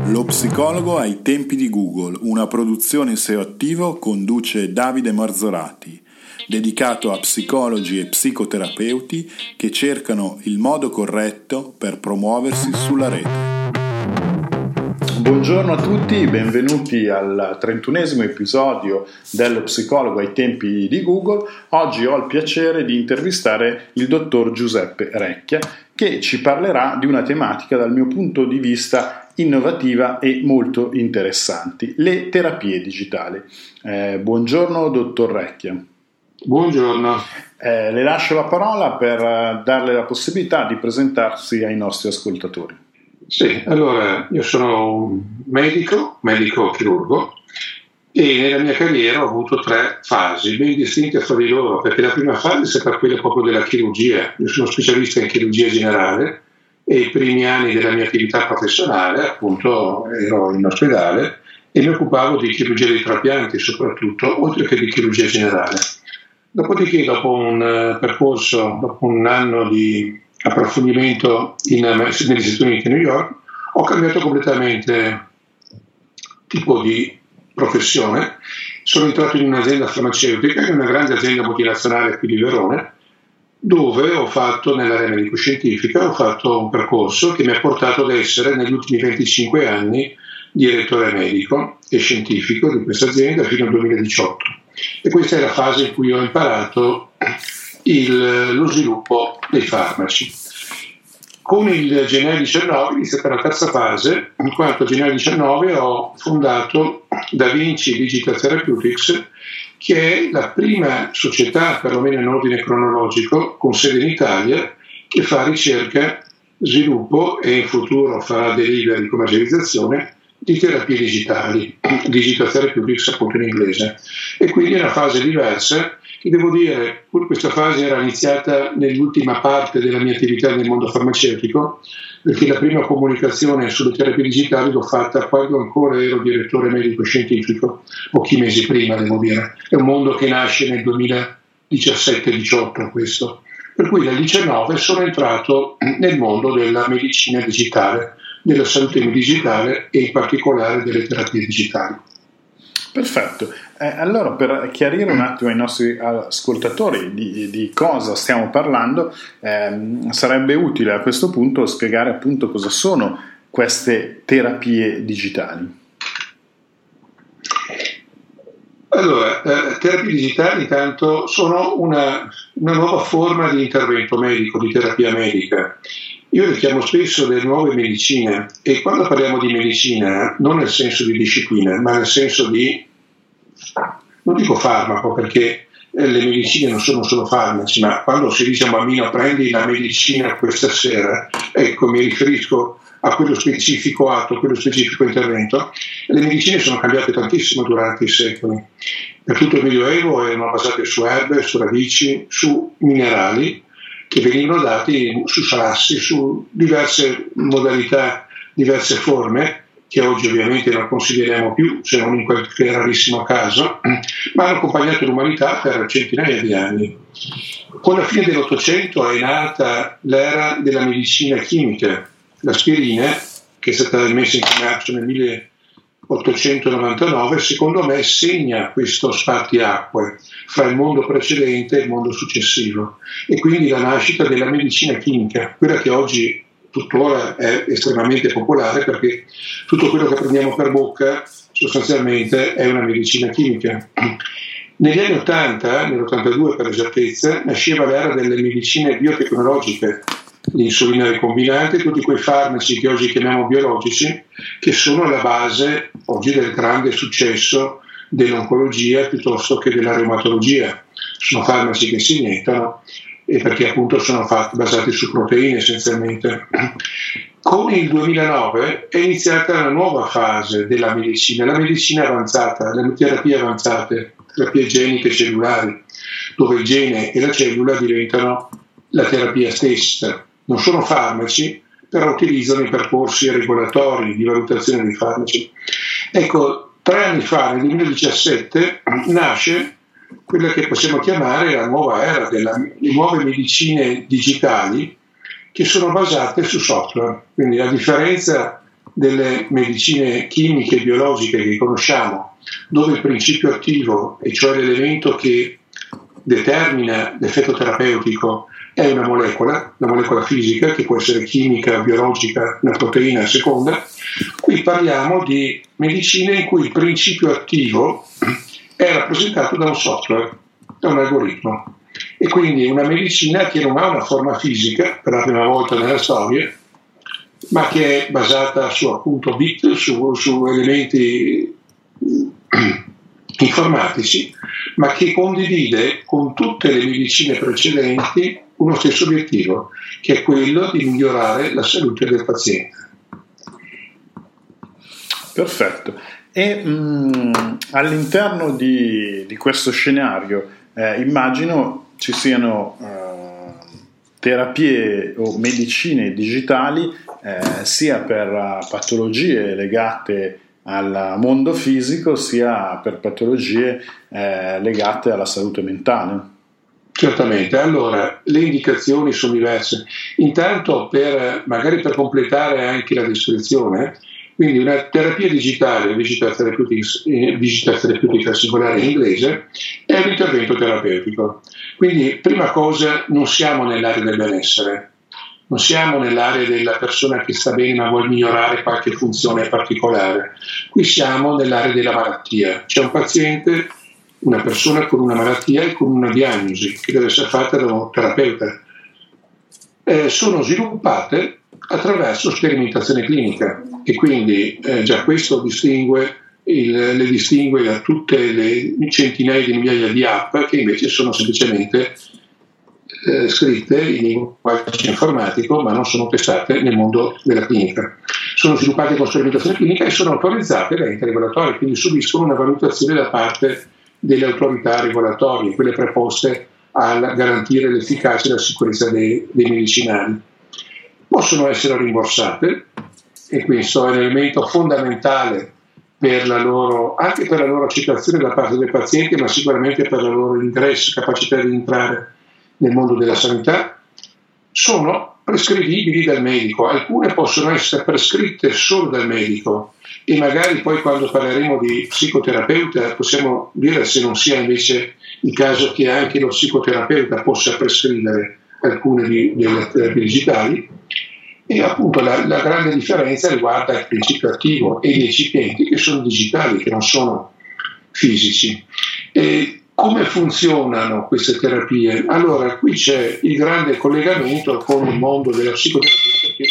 Lo psicologo ai tempi di Google, una produzione SEO attivo, conduce Davide Marzorati, dedicato a psicologi e psicoterapeuti che cercano il modo corretto per promuoversi sulla rete. Buongiorno a tutti, benvenuti al 31esimo episodio dello psicologo ai tempi di Google. Oggi ho il piacere di intervistare il dottor Giuseppe Recchia, che ci parlerà di una tematica dal mio punto di vista innovativa e molto interessanti, le terapie digitali. Buongiorno dottor Recchia. Buongiorno. Le lascio la parola per darle la possibilità di presentarsi ai nostri ascoltatori. Sì, allora io sono un medico chirurgo, e nella mia carriera ho avuto 3 fasi ben distinte fra di loro, perché la prima fase è stata quella proprio della chirurgia. Io sono specialista in chirurgia generale e i primi anni della mia attività professionale appunto ero in ospedale e mi occupavo di chirurgia dei trapianti soprattutto, oltre che di chirurgia generale. Dopodiché, dopo un percorso, dopo un anno di approfondimento negli Stati Uniti e New York, ho cambiato completamente tipo di professione. Sono entrato in un'azienda farmaceutica, in una grande azienda multinazionale qui di Verona, dove ho fatto, nell'area medico-scientifica, ho fatto un percorso che mi ha portato ad essere negli ultimi 25 anni direttore medico e scientifico di questa azienda fino al 2018. E questa è la fase in cui ho imparato lo sviluppo dei farmaci. Con il gennaio 19 è iniziata la terza fase, in quanto a gennaio 19 ho fondato Da Vinci Digital Therapeutics, che è la prima società, perlomeno in ordine cronologico, con sede in Italia, che fa ricerca, sviluppo e in futuro farà delivery e commercializzazione di terapie digitali, Digital Therapeutics appunto in inglese. E quindi è una fase diversa, che devo dire, questa fase era iniziata nell'ultima parte della mia attività nel mondo farmaceutico, perché la prima comunicazione sulle terapie digitali l'ho fatta quando ancora ero direttore medico-scientifico, pochi mesi prima devo dire. È un mondo che nasce nel 2017-18 questo. Per cui dal 2019 sono entrato nel mondo della medicina digitale, della salute digitale e in particolare delle terapie digitali. Perfetto. Allora, per chiarire un attimo ai nostri ascoltatori di cosa stiamo parlando, sarebbe utile a questo punto spiegare appunto cosa sono queste terapie digitali. Allora, terapie digitali intanto sono una nuova forma di intervento medico, di terapia medica. Io le chiamo spesso le nuove medicine, e quando parliamo di medicina non nel senso di disciplina, ma nel senso di, non dico farmaco, perché le medicine non sono solo farmaci, ma quando si dice a un bambino prendi la medicina questa sera, ecco, mi riferisco a quello specifico atto, quello specifico intervento. Le medicine sono cambiate tantissimo durante i secoli. Per tutto il Medioevo erano basate su erbe, su radici, su minerali che venivano dati su sassi, su diverse modalità, diverse forme, che oggi ovviamente non consideriamo più, se non in qualche rarissimo caso, ma hanno accompagnato l'umanità per centinaia di anni. Con la fine dell'Ottocento è nata l'era della medicina chimica. L'aspirina, che è stata messa in commercio nel 1899, secondo me segna questo spartiacque fra il mondo precedente e il mondo successivo, e quindi la nascita della medicina chimica, quella che oggi tuttora è estremamente popolare, perché tutto quello che prendiamo per bocca sostanzialmente è una medicina chimica. Negli anni 80, nell'82 per esattezza, nasceva l'era delle medicine biotecnologiche, l'insulina ricombinante, tutti quei farmaci che oggi chiamiamo biologici, che sono alla base oggi del grande successo dell'oncologia piuttosto che della reumatologia. Sono farmaci che si iniettano, e perché appunto sono basati su proteine essenzialmente. Con il 2009 è iniziata una nuova fase della medicina, la medicina avanzata, le terapie avanzate, terapie geniche cellulari, dove il gene e la cellula diventano la terapia stessa. Non sono farmaci, però utilizzano i percorsi regolatori di valutazione dei farmaci. Ecco, 3 anni fa, nel 2017, nasce quella che possiamo chiamare la nuova era delle nuove medicine digitali, che sono basate su software. Quindi, a differenza delle medicine chimiche e biologiche che conosciamo, dove il principio attivo, e cioè l'elemento che determina l'effetto terapeutico, è una molecola fisica, che può essere chimica, biologica, una proteina a seconda. Qui parliamo di medicine in cui il principio attivo è rappresentato da un software, da un algoritmo. E quindi una medicina che non ha una forma fisica, per la prima volta nella storia, ma che è basata su appunto bit, su elementi informatici, ma che condivide con tutte le medicine precedenti uno stesso obiettivo, che è quello di migliorare la salute del paziente. Perfetto. E all'interno di questo scenario immagino ci siano terapie o medicine digitali sia per patologie legate al mondo fisico sia per patologie legate alla salute mentale. Certamente, allora le indicazioni sono diverse. Intanto magari per completare anche la descrizione, quindi una terapia digitale, digital therapeutic singolare in inglese, è un intervento terapeutico. Quindi prima cosa, non siamo nell'area del benessere, non siamo nell'area della persona che sta bene ma vuole migliorare qualche funzione particolare. Qui siamo nell'area della malattia. C'è un paziente, una persona con una malattia e con una diagnosi che deve essere fatta da un terapeuta. Sono sviluppate attraverso sperimentazione clinica e quindi già questo le distingue da tutte le centinaia di migliaia di app che invece sono semplicemente scritte in linguaggio informatico ma non sono testate nel mondo della clinica. Sono sviluppate con sperimentazione clinica e sono autorizzate da enti regolatori, quindi subiscono una valutazione da parte delle autorità regolatorie, quelle preposte a garantire l'efficacia e la sicurezza dei medicinali. Possono essere rimborsate e questo è un elemento fondamentale anche per la loro accettazione da parte dei pazienti, ma sicuramente per la loro ingresso, capacità di entrare nel mondo della sanità. Sono prescrivibili dal medico, alcune possono essere prescritte solo dal medico e magari poi quando parleremo di psicoterapeuta possiamo dire se non sia invece il caso che anche lo psicoterapeuta possa prescrivere alcune delle terapie digitali. E appunto la grande differenza riguarda il principio attivo e gli eccipienti che sono digitali, che non sono fisici. E come funzionano queste terapie? Allora, qui c'è il grande collegamento con il mondo della psicoterapia,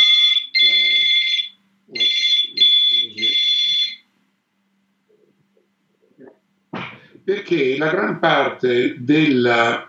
perché la gran parte del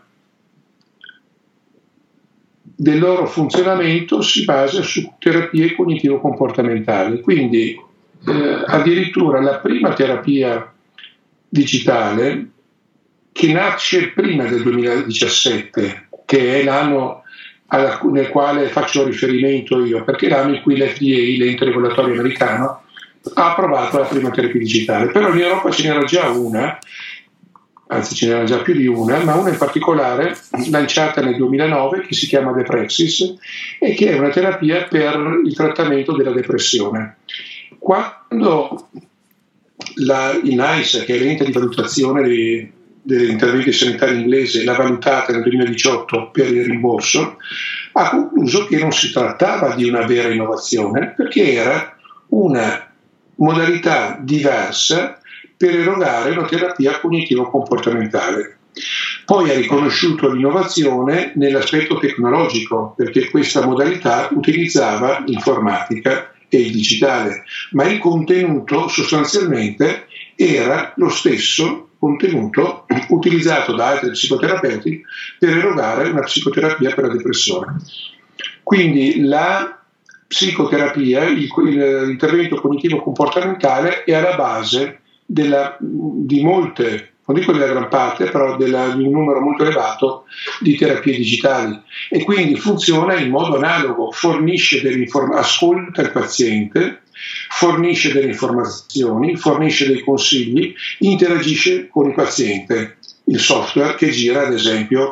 loro funzionamento si basa su terapie cognitivo-comportamentali. Quindi addirittura la prima terapia digitale, che nasce prima del 2017, che è l'anno nel quale faccio riferimento io, perché è l'anno in cui l'FDA, l'ente regolatorio americano, ha approvato la prima terapia digitale. Però in Europa ce n'era già una, anzi ce n'era già più di una, ma una in particolare lanciata nel 2009 che si chiama Deprexis e che è una terapia per il trattamento della depressione. Quando il NICE, che è l'ente di valutazione degli interventi sanitari inglese, l'ha valutata nel 2018 per il rimborso, ha concluso che non si trattava di una vera innovazione perché era una modalità diversa per erogare una terapia cognitivo-comportamentale. Poi ha riconosciuto l'innovazione nell'aspetto tecnologico, perché questa modalità utilizzava l'informatica e il digitale, ma il contenuto sostanzialmente era lo stesso contenuto utilizzato da altri psicoterapeuti per erogare una psicoterapia per la depressione. Quindi la psicoterapia, l'intervento cognitivo-comportamentale è alla base di molte, non dico della gran parte, però di un numero molto elevato di terapie digitali e quindi funziona in modo analogo, ascolta il paziente, fornisce delle informazioni, fornisce dei consigli, interagisce con il paziente, il software che gira ad esempio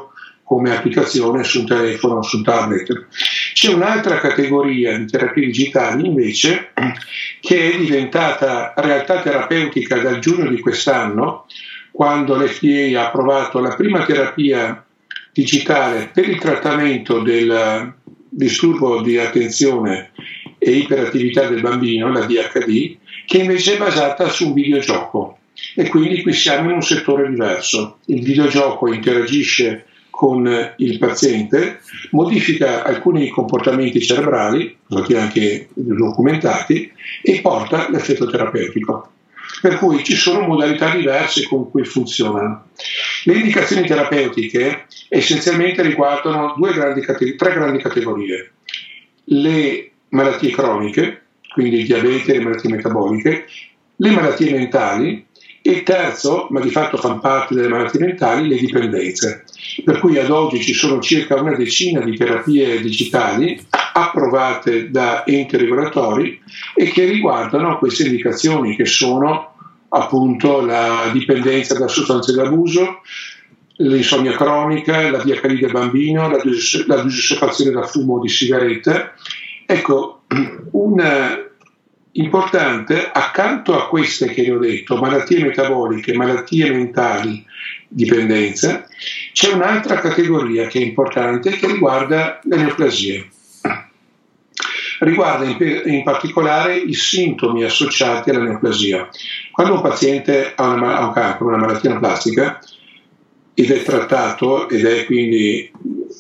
come applicazione su un telefono o su un tablet. C'è un'altra categoria di terapie digitali invece che è diventata realtà terapeutica dal giugno di quest'anno, quando l'FDA ha approvato la prima terapia digitale per il trattamento del disturbo di attenzione e iperattività del bambino, la DHD, che invece è basata su un videogioco. E quindi qui siamo in un settore diverso. Il videogioco interagisce con il paziente, modifica alcuni comportamenti cerebrali, stati anche documentati, e porta l'effetto terapeutico. Per cui ci sono modalità diverse con cui funzionano. Le indicazioni terapeutiche essenzialmente riguardano tre grandi categorie. Le malattie croniche, quindi il diabete e le malattie metaboliche, le malattie mentali e terzo, ma di fatto fanno parte delle malattie mentali, le dipendenze. Per cui ad oggi ci sono circa una decina di terapie digitali approvate da enti regolatori e che riguardano queste indicazioni, che sono appunto la dipendenza da sostanze d'abuso, l'insonnia cronica, la DHD del bambino, la disossifazione da fumo di sigarette. Ecco, un importante, accanto a queste che vi ho detto, malattie metaboliche, malattie mentali, dipendenza, c'è un'altra categoria che è importante, che riguarda le neoplasie. Riguarda in particolare i sintomi associati alla neoplasia. Quando un paziente ha un cancro, una malattia neoplastica, ed è trattato ed è quindi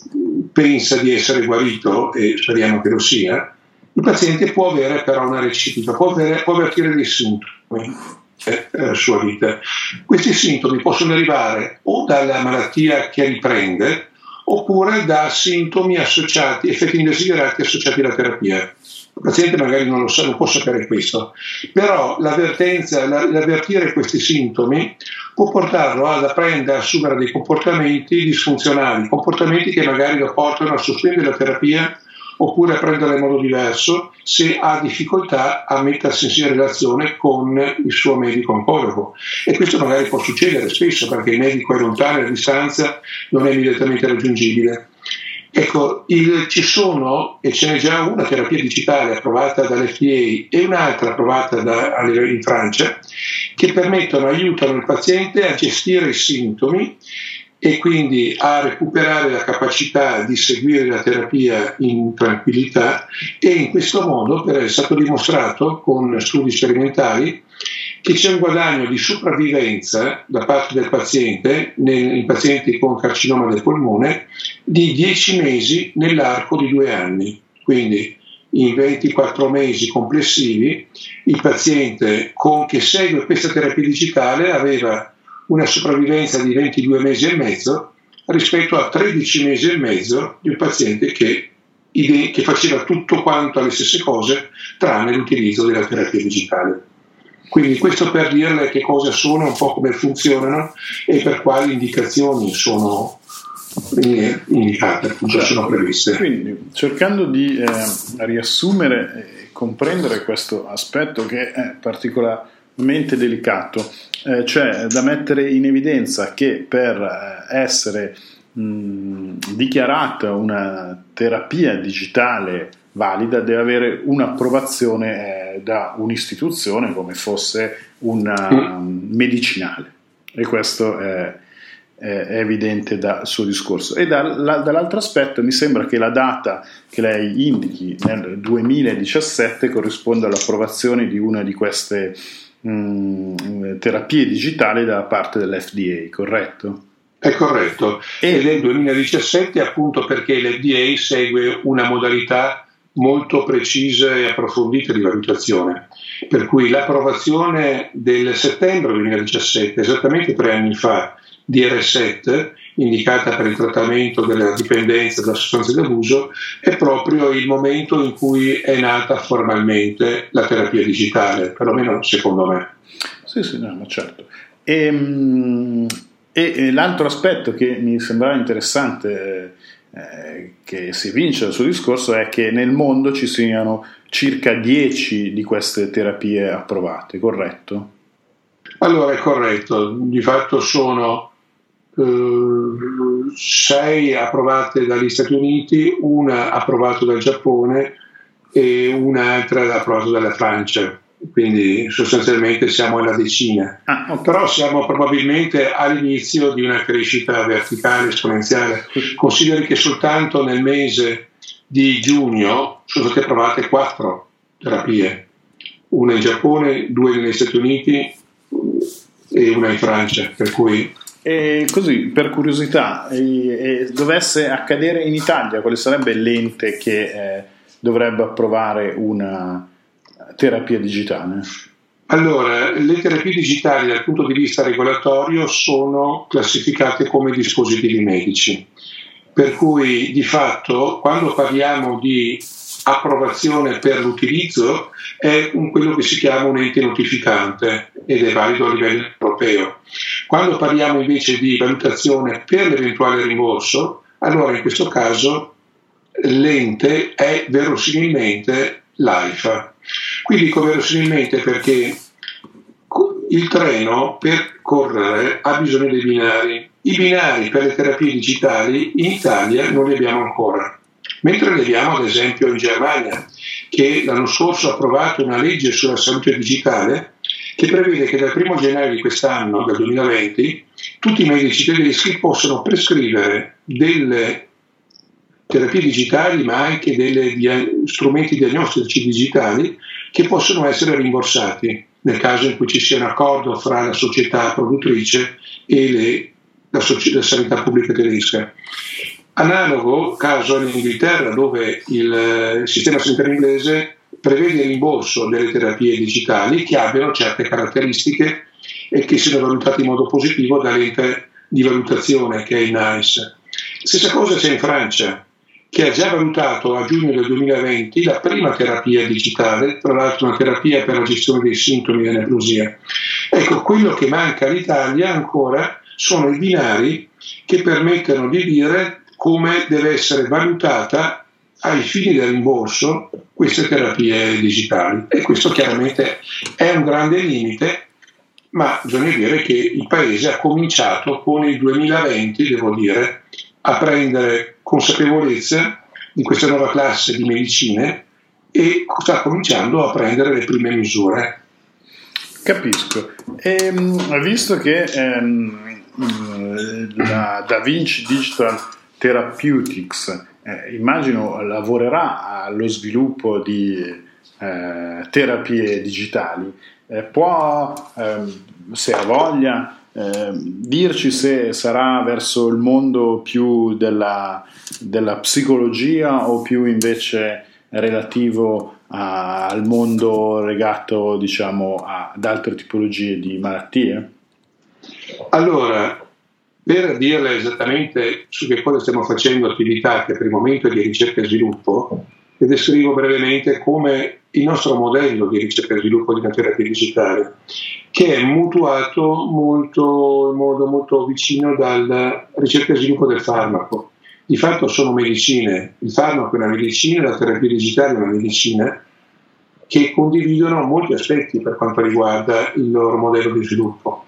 pensa di essere guarito, e speriamo che lo sia, il paziente può avere però una recidiva, può avvertire dei sintomi nella sua vita. Questi sintomi possono derivare o dalla malattia che riprende, oppure da sintomi associati, effetti indesiderati associati alla terapia. Il paziente magari non lo sa, non può sapere questo, però l'avvertire questi sintomi può portarlo ad apprendere a assumere dei comportamenti disfunzionali, comportamenti che magari lo portano a sospendere la terapia oppure a prenderla in modo diverso se ha difficoltà a mettersi in relazione con il suo medico oncologo. E questo magari può succedere spesso perché il medico è lontano, a distanza, non è immediatamente raggiungibile. Ecco, ci sono, e ce n'è già una terapia digitale approvata dall'FDA e un'altra approvata in Francia, che aiutano il paziente a gestire i sintomi e quindi a recuperare la capacità di seguire la terapia in tranquillità, e in questo modo è stato dimostrato con studi sperimentali che c'è un guadagno di sopravvivenza da parte del paziente in pazienti con carcinoma del polmone di 10 mesi nell'arco di 2 anni. Quindi in 24 mesi complessivi il paziente che segue questa terapia digitale aveva una sopravvivenza di 22 mesi e mezzo rispetto a 13 mesi e mezzo di un paziente che faceva tutto quanto le stesse cose tranne l'utilizzo della terapia digitale. Quindi questo per dirle che cosa sono, un po' come funzionano e per quali indicazioni sono indicate, sono previste. Quindi cercando di riassumere e comprendere questo aspetto che è particolarmente delicato, c'è da mettere in evidenza che per essere dichiarata una terapia digitale valida deve avere un'approvazione da un'istituzione come fosse una medicinale, e questo è evidente dal suo discorso. E dall'altro aspetto mi sembra che la data che lei indichi nel 2017 corrisponde all'approvazione di una di queste terapie digitali da parte dell'FDA, corretto? È corretto, ed è il 2017 appunto perché l'FDA segue una modalità molto precisa e approfondita di valutazione, per cui l'approvazione del settembre 2017, esattamente 3 anni fa, di R7, indicata per il trattamento della dipendenza da sostanze d'abuso, è proprio il momento in cui è nata formalmente la terapia digitale, perlomeno secondo me. Sì, no, ma certo. E l'altro aspetto che mi sembrava interessante che si evince dal suo discorso è che nel mondo ci siano circa 10 di queste terapie approvate, corretto? Allora è corretto, di fatto sono 6 approvate dagli Stati Uniti, una approvata dal Giappone e un'altra approvata dalla Francia. Quindi sostanzialmente siamo alla decina. Okay. Però siamo probabilmente all'inizio di una crescita verticale esponenziale. Consideri che soltanto nel mese di giugno sono state approvate 4 terapie, una in Giappone, 2 negli Stati Uniti e una in Francia, per cui... E così, per curiosità, dovesse accadere in Italia, quale sarebbe l'ente che dovrebbe approvare una terapia digitale? Allora, le terapie digitali dal punto di vista regolatorio sono classificate come dispositivi medici, per cui di fatto quando parliamo di approvazione per l'utilizzo è quello che si chiama un ente notificante ed è valido a livello europeo. Quando parliamo invece di valutazione per l'eventuale rimborso, allora in questo caso l'ente è verosimilmente l'AIFA. Qui dico verosimilmente perché il treno per correre ha bisogno dei binari. I binari per le terapie digitali in Italia non li abbiamo ancora, mentre li abbiamo ad esempio in Germania, che l'anno scorso ha approvato una legge sulla salute digitale che prevede che dal 1 gennaio di quest'anno, dal 2020, tutti i medici tedeschi possono prescrivere delle terapie digitali ma anche degli strumenti diagnostici digitali che possono essere rimborsati nel caso in cui ci sia un accordo fra la società produttrice e la sanità pubblica tedesca. Analogo caso in Inghilterra, dove il sistema sanitario inglese prevede il rimborso delle terapie digitali che abbiano certe caratteristiche e che siano valutate in modo positivo dall'ente di valutazione che è il NICE. Stessa cosa c'è in Francia, che ha già valutato a giugno del 2020 la prima terapia digitale, tra l'altro una terapia per la gestione dei sintomi dell'epilepsia. Ecco, quello che manca all'Italia ancora sono i binari che permettono di dire come deve essere valutata ai fini del rimborso queste terapie digitali. E questo chiaramente è un grande limite, ma bisogna dire che il Paese ha cominciato con il 2020, devo dire, a prendere consapevolezza di questa nuova classe di medicine e sta cominciando a prendere le prime misure. Capisco. Visto che la Da Vinci Digital Therapeutics immagino lavorerà allo sviluppo di terapie digitali, può, se ha voglia, dirci se sarà verso il mondo più della psicologia o più invece relativo al mondo legato, diciamo, ad altre tipologie di malattie? Allora, per dirle esattamente su che cosa stiamo facendo attività che per il momento è di ricerca e sviluppo, le descrivo brevemente come il nostro modello di ricerca e sviluppo di una terapia digitale, che è mutuato in modo molto vicino dalla ricerca e sviluppo del farmaco. Di fatto sono medicine, il farmaco è una medicina, la terapia digitale è una medicina, che condividono molti aspetti per quanto riguarda il loro modello di sviluppo.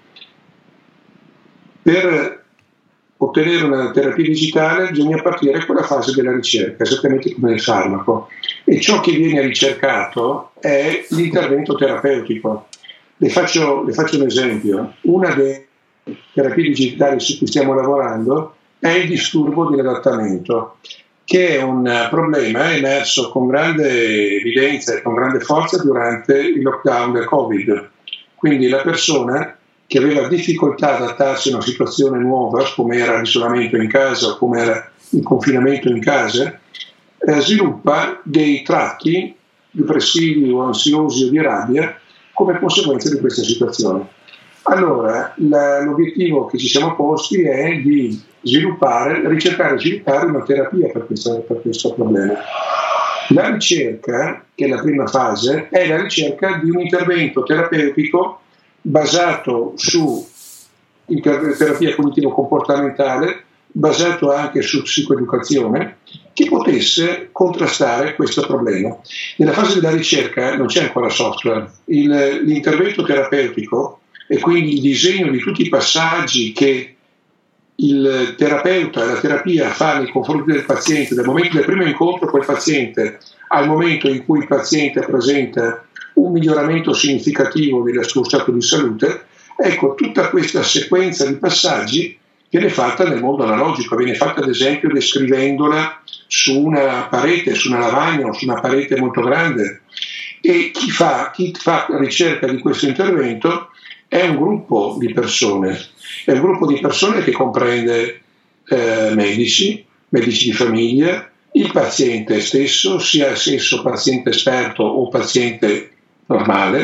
Per ottenere una terapia digitale bisogna partire da quella fase della ricerca, esattamente come nel farmaco, e ciò che viene ricercato è l'intervento terapeutico. Le faccio un esempio. Una delle terapie digitali su cui stiamo lavorando è il disturbo dell'adattamento, che è un problema emerso con grande evidenza e con grande forza durante il lockdown del Covid. Quindi la persona che aveva difficoltà ad adattarsi a una situazione nuova, come era l'isolamento in casa o come era il confinamento in casa, sviluppa dei tratti depressivi o ansiosi o di rabbia come conseguenza di questa situazione. Allora, l'obiettivo che ci siamo posti è di ricercare di sviluppare una terapia per questo problema. La ricerca, che è la prima fase, è la ricerca di un intervento terapeutico basato su terapia cognitivo-comportamentale, basato anche su psicoeducazione, che potesse contrastare questo problema. Nella fase della ricerca non c'è ancora software. L'intervento terapeutico e quindi il disegno di tutti i passaggi che il terapeuta e la terapia fa nei confronti del paziente dal momento del primo incontro col paziente al momento in cui il paziente presenta un miglioramento significativo del suo stato di salute, ecco, tutta questa sequenza di passaggi viene fatta nel mondo analogico, viene fatta ad esempio descrivendola su una parete, su una lavagna o su una parete molto grande, e chi fa ricerca di questo intervento è un gruppo di persone che comprende medici di famiglia, il paziente stesso, sia esso paziente esperto o paziente normale,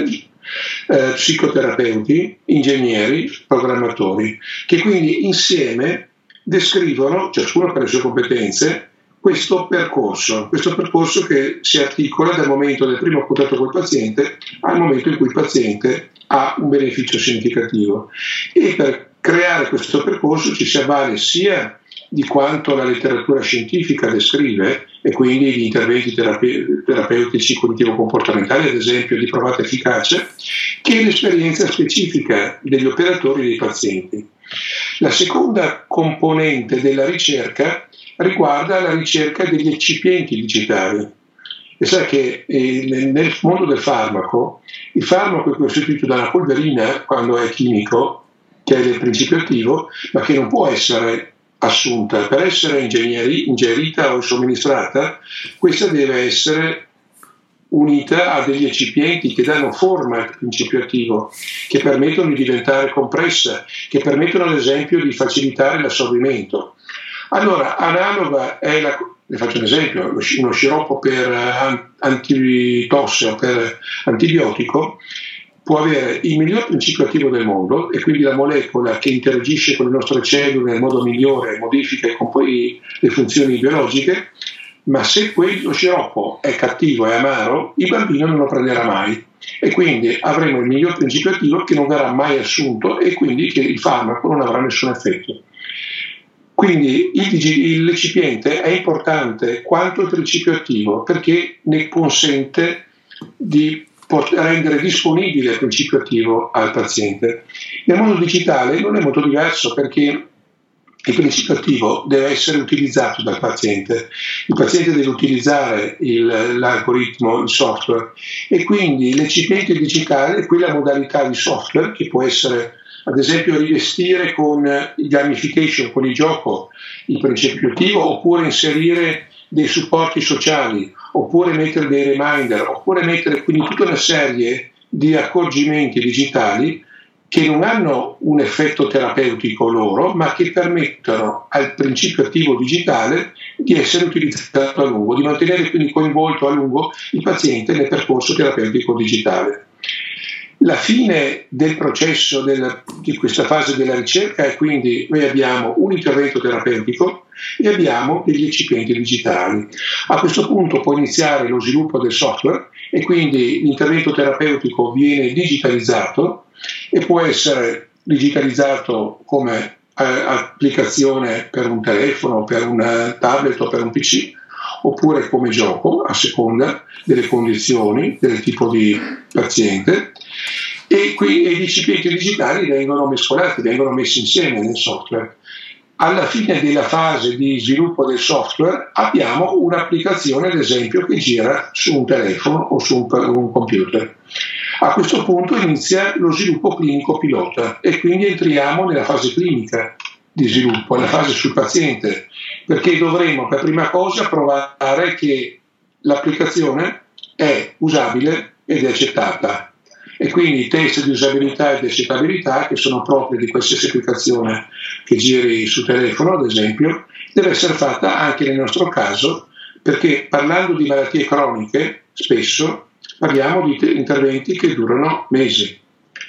psicoterapeuti, ingegneri, programmatori, che quindi insieme descrivono, ciascuno per le sue competenze, questo percorso che si articola dal momento del primo contatto col paziente al momento in cui il paziente ha un beneficio significativo. E per creare questo percorso ci si avvale sia di quanto la letteratura scientifica descrive, e quindi di interventi terapeutici cognitivo-comportamentali, ad esempio, di provata efficacia, che l'esperienza specifica degli operatori e dei pazienti. La seconda componente della ricerca riguarda la ricerca degli eccipienti digitali. E sai che nel mondo del farmaco, il farmaco è costituito da una polverina, quando è chimico, che è il principio attivo, ma che non può essere assunta. Per essere ingerita o somministrata, questa deve essere unita a degli eccipienti che danno forma al principio attivo, che permettono di diventare compressa, che permettono ad esempio di facilitare l'assorbimento. Allora, analoga è le faccio un esempio, uno sciroppo per antitosse o per antibiotico può avere il miglior principio attivo del mondo, e quindi la molecola che interagisce con le nostre cellule nel modo migliore e modifica le funzioni biologiche, ma se quello sciroppo è cattivo e amaro, il bambino non lo prenderà mai, e quindi avremo il miglior principio attivo che non verrà mai assunto, e quindi che il farmaco non avrà nessun effetto. Quindi l'eccipiente è importante quanto il principio attivo, perché ne consente di rendere disponibile il principio attivo al paziente. Nel mondo digitale non è molto diverso, perché il principio attivo deve essere utilizzato dal paziente. Il paziente deve utilizzare l'algoritmo, il software, e quindi l'eccipiente digitale è quella modalità di software che può essere, ad esempio, rivestire con gamification, con il gioco, il principio attivo, oppure inserire dei supporti sociali, oppure mettere dei reminder, oppure mettere quindi tutta una serie di accorgimenti digitali che non hanno un effetto terapeutico loro, ma che permettono al principio attivo digitale di essere utilizzato a lungo, di mantenere quindi coinvolto a lungo il paziente nel percorso terapeutico digitale. La fine del processo di questa fase della ricerca è quindi: noi abbiamo un intervento terapeutico e abbiamo degli eccipienti digitali. A questo punto può iniziare lo sviluppo del software, e quindi l'intervento terapeutico viene digitalizzato, e può essere digitalizzato come applicazione per un telefono, per un tablet o per un PC, oppure come gioco, a seconda delle condizioni, del tipo di paziente. E qui gli eccipienti digitali vengono mescolati, vengono messi insieme nel software. Alla fine della fase di sviluppo del software abbiamo un'applicazione, ad esempio, che gira su un telefono o su un computer. A questo punto inizia lo sviluppo clinico pilota, e quindi entriamo nella fase clinica di sviluppo, nella fase sul paziente, perché dovremo per prima cosa provare che l'applicazione è usabile ed è accettata. E quindi i test di usabilità e di accettabilità, che sono propri di qualsiasi applicazione che giri su telefono, ad esempio, deve essere fatta anche nel nostro caso, perché parlando di malattie croniche, spesso parliamo di interventi che durano mesi.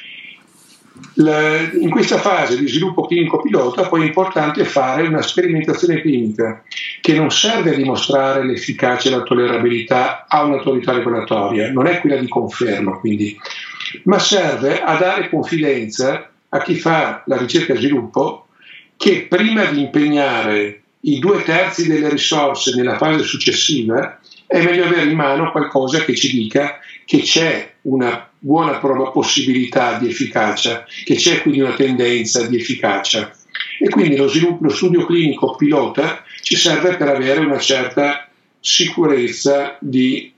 In questa fase di sviluppo clinico pilota poi è importante fare una sperimentazione clinica che non serve a dimostrare l'efficacia e la tollerabilità a un'autorità regolatoria, non è quella di conferma, quindi, ma serve a dare confidenza a chi fa la ricerca e sviluppo che prima di impegnare i 2/3 delle risorse nella fase successiva è meglio avere in mano qualcosa che ci dica che c'è una buona possibilità di efficacia, che c'è quindi una tendenza di efficacia. E quindi lo studio clinico pilota ci serve per avere una certa sicurezza di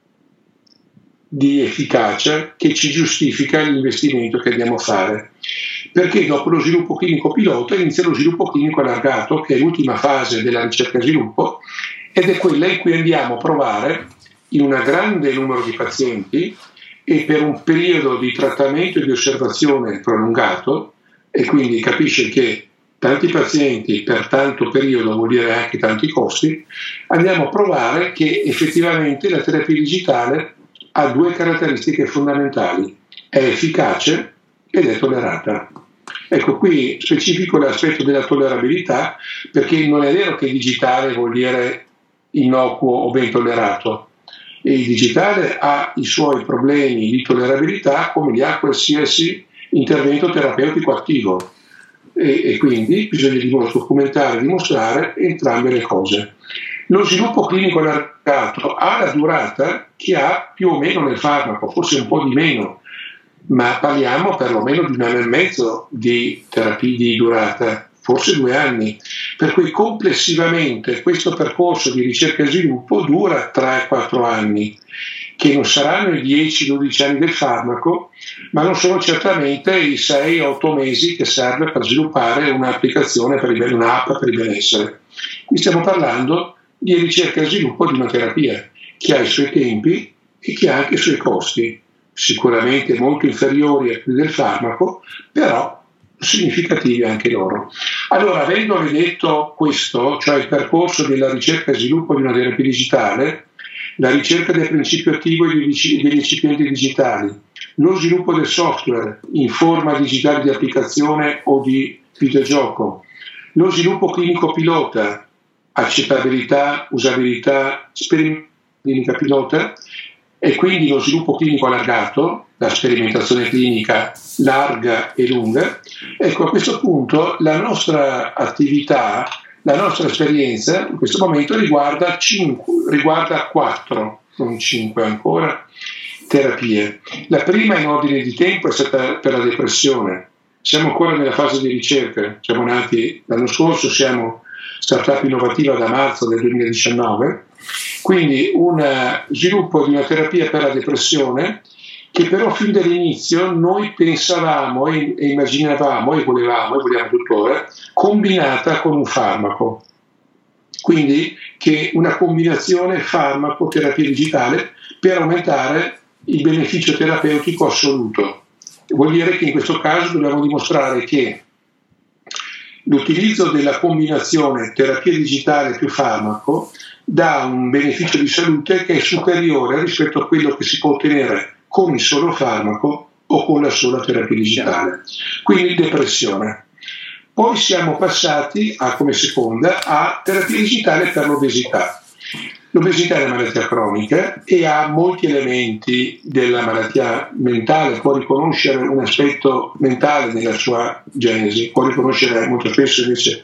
efficacia che ci giustifica l'investimento che andiamo a fare. Perché dopo lo sviluppo clinico pilota inizia lo sviluppo clinico allargato, che è l'ultima fase della ricerca e sviluppo, ed è quella in cui andiamo a provare in un grande numero di pazienti e per un periodo di trattamento e di osservazione prolungato, e quindi capisce che tanti pazienti per tanto periodo vuol dire anche tanti costi, andiamo a provare che effettivamente la terapia digitale ha due caratteristiche fondamentali: è efficace ed è tollerata. Ecco, qui specifico l'aspetto della tollerabilità, perché non è vero che digitale vuol dire innocuo o ben tollerato. Il digitale ha i suoi problemi di tollerabilità come li ha qualsiasi intervento terapeutico attivo, e quindi bisogna documentare e dimostrare entrambe le cose. Lo sviluppo clinico allargato ha la durata che ha più o meno nel farmaco, forse un po' di meno, ma parliamo perlomeno di 1 anno e mezzo di terapia di durata, forse 2 anni, per cui complessivamente questo percorso di ricerca e sviluppo dura 3-4 anni, che non saranno i 10-12 anni del farmaco, ma non sono certamente i 6-8 mesi che serve per sviluppare un'applicazione, un'app per il benessere. Qui stiamo parlando di ricerca e sviluppo di una terapia che ha i suoi tempi e che ha anche i suoi costi, sicuramente molto inferiori a quelli del farmaco, però significativi anche loro. Allora, avendole detto questo, cioè il percorso della ricerca e sviluppo di una terapia digitale, la ricerca del principio attivo e degli recipienti digitali, lo sviluppo del software in forma digitale di applicazione o di videogioco, lo sviluppo clinico pilota, accettabilità, usabilità, clinica pilota, e quindi lo sviluppo clinico allargato, la sperimentazione clinica larga e lunga. Ecco, a questo punto la nostra attività, la nostra esperienza in questo momento riguarda 4, non 5 ancora, terapie. La prima in ordine di tempo è stata per la depressione. Siamo ancora nella fase di ricerca, siamo nati l'anno scorso, siamo startup innovativa da marzo del 2019, quindi un sviluppo di una terapia per la depressione che però fin dall'inizio noi pensavamo e immaginavamo e vogliamo tuttora combinata con un farmaco, quindi che una combinazione farmaco-terapia digitale per aumentare il beneficio terapeutico assoluto. Vuol dire che in questo caso dobbiamo dimostrare che l'utilizzo della combinazione terapia digitale più farmaco dà un beneficio di salute che è superiore rispetto a quello che si può ottenere con il solo farmaco o con la sola terapia digitale. Quindi depressione. Poi siamo passati come seconda a terapia digitale per l'obesità. L'obesità è una malattia cronica e ha molti elementi della malattia mentale, può riconoscere un aspetto mentale nella sua genesi, può riconoscere molto spesso invece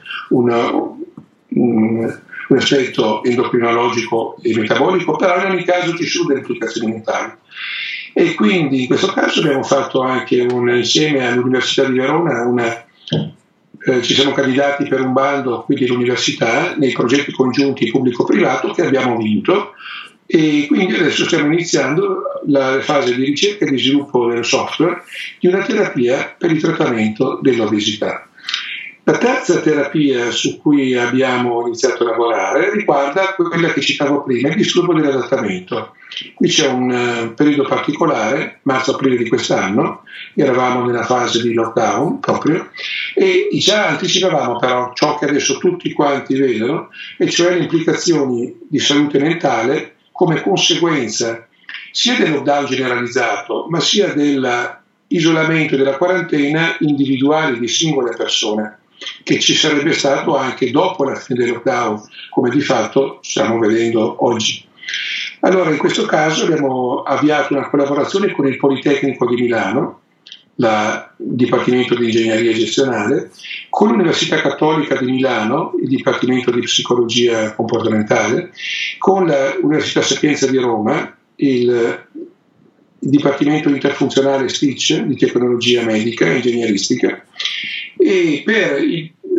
un aspetto endocrinologico e metabolico, però in ogni caso ci sono delle implicazioni mentali. E quindi in questo caso abbiamo fatto anche insieme all'Università di Verona ci siamo candidati per un bando qui dell'università nei progetti congiunti pubblico-privato che abbiamo vinto, e quindi adesso stiamo iniziando la fase di ricerca e di sviluppo del software di una terapia per il trattamento dell'obesità. La terza terapia su cui abbiamo iniziato a lavorare riguarda quella che citavo prima, il disturbo dell'adattamento. Qui c'è un periodo particolare, marzo-aprile di quest'anno, eravamo nella fase di lockdown proprio, e già anticipavamo però ciò che adesso tutti quanti vedono, e cioè le implicazioni di salute mentale come conseguenza sia del lockdown generalizzato, ma sia dell'isolamento e della quarantena individuali di singole persone, che ci sarebbe stato anche dopo la fine del lockdown, come di fatto stiamo vedendo oggi. Allora, in questo caso abbiamo avviato una collaborazione con il Politecnico di Milano, il Dipartimento di Ingegneria Gestionale, con l'Università Cattolica di Milano, il Dipartimento di Psicologia Comportamentale, con l'Università Sapienza di Roma, il Dipartimento Interfunzionale STIC di Tecnologia Medica e Ingegneristica, e per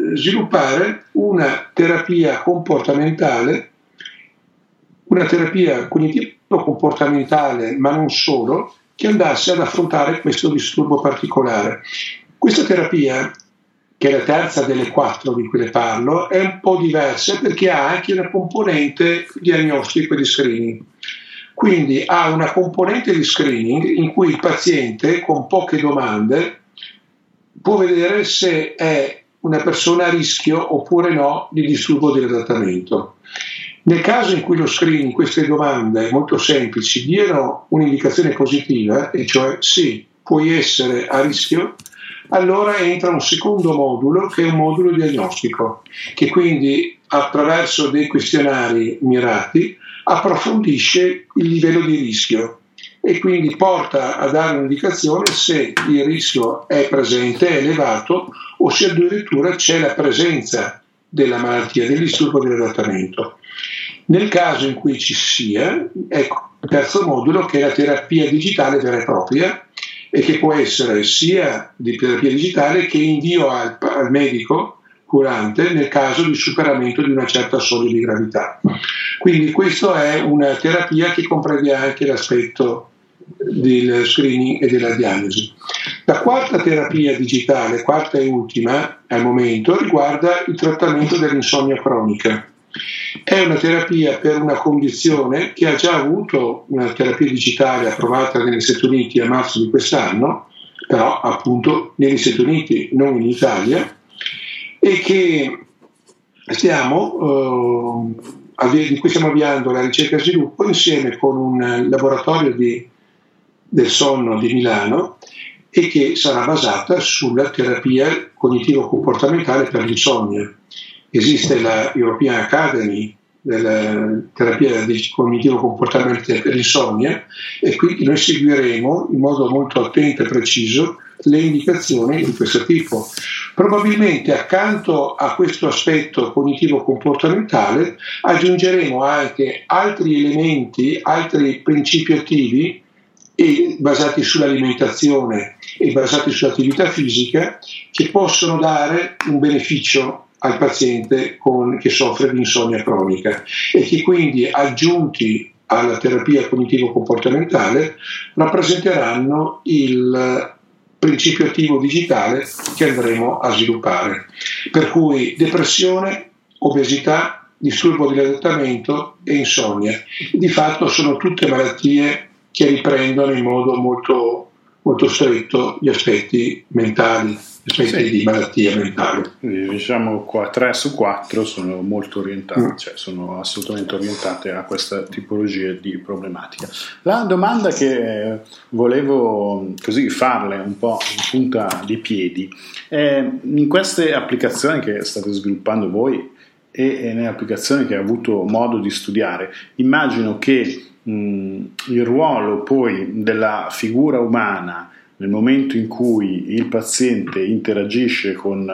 sviluppare una terapia comportamentale, una terapia cognitivo-comportamentale, ma non solo, che andasse ad affrontare questo disturbo particolare. Questa terapia, che è la terza delle 4 di cui le parlo, è un po' diversa perché ha anche una componente diagnostico e di screening. Quindi ha una componente di screening in cui il paziente, con poche domande, può vedere se è una persona a rischio oppure no di disturbo dell'adattamento. Nel caso in cui lo screening, queste domande molto semplici, diano un'indicazione positiva, e cioè sì, puoi essere a rischio, allora entra un secondo modulo, che è un modulo diagnostico, che quindi attraverso dei questionari mirati approfondisce il livello di rischio e quindi porta a dare un'indicazione se il rischio è presente, è elevato, o se addirittura c'è la presenza della malattia, del disturbo dell'adattamento. Nel caso in cui ci sia, ecco il terzo modulo, che è la terapia digitale vera e propria, e che può essere sia di terapia digitale che invio al medico curante nel caso di superamento di una certa soglia di gravità. Quindi questa è una terapia che comprende anche l'aspetto del screening e della diagnosi. La quarta terapia digitale, quarta e ultima al momento, riguarda il trattamento dell'insonnia cronica. È una terapia per una condizione che ha già avuto una terapia digitale approvata negli Stati Uniti a marzo di quest'anno, però appunto negli Stati Uniti, non in Italia, e che di cui stiamo avviando la ricerca e sviluppo insieme con un laboratorio del sonno di Milano, e che sarà basata sulla terapia cognitivo-comportamentale per l'insonnia. Esiste la European Academy della terapia cognitivo-comportamentale per l'insonnia, e quindi noi seguiremo in modo molto attento e preciso le indicazioni di questo tipo. Probabilmente accanto a questo aspetto cognitivo-comportamentale aggiungeremo anche altri elementi, altri principi attivi basati sull'alimentazione e basati sull'attività fisica, che possono dare un beneficio al paziente che soffre di insonnia cronica, e che quindi, aggiunti alla terapia cognitivo-comportamentale, rappresenteranno il principio attivo digitale che andremo a sviluppare. Per cui depressione, obesità, disturbo dell'adattamento e insonnia. Di fatto sono tutte malattie che riprendono in modo molto, molto stretto gli aspetti mentali, di malattia mentale. Quindi, diciamo qua 3 su 4 sono molto orientate, cioè sono assolutamente orientate a questa tipologia di problematica. La domanda che volevo così farle un po' in punta di piedi è: in queste applicazioni che state sviluppando voi e nelle applicazioni che hai avuto modo di studiare, immagino che il ruolo poi della figura umana nel momento in cui il paziente interagisce con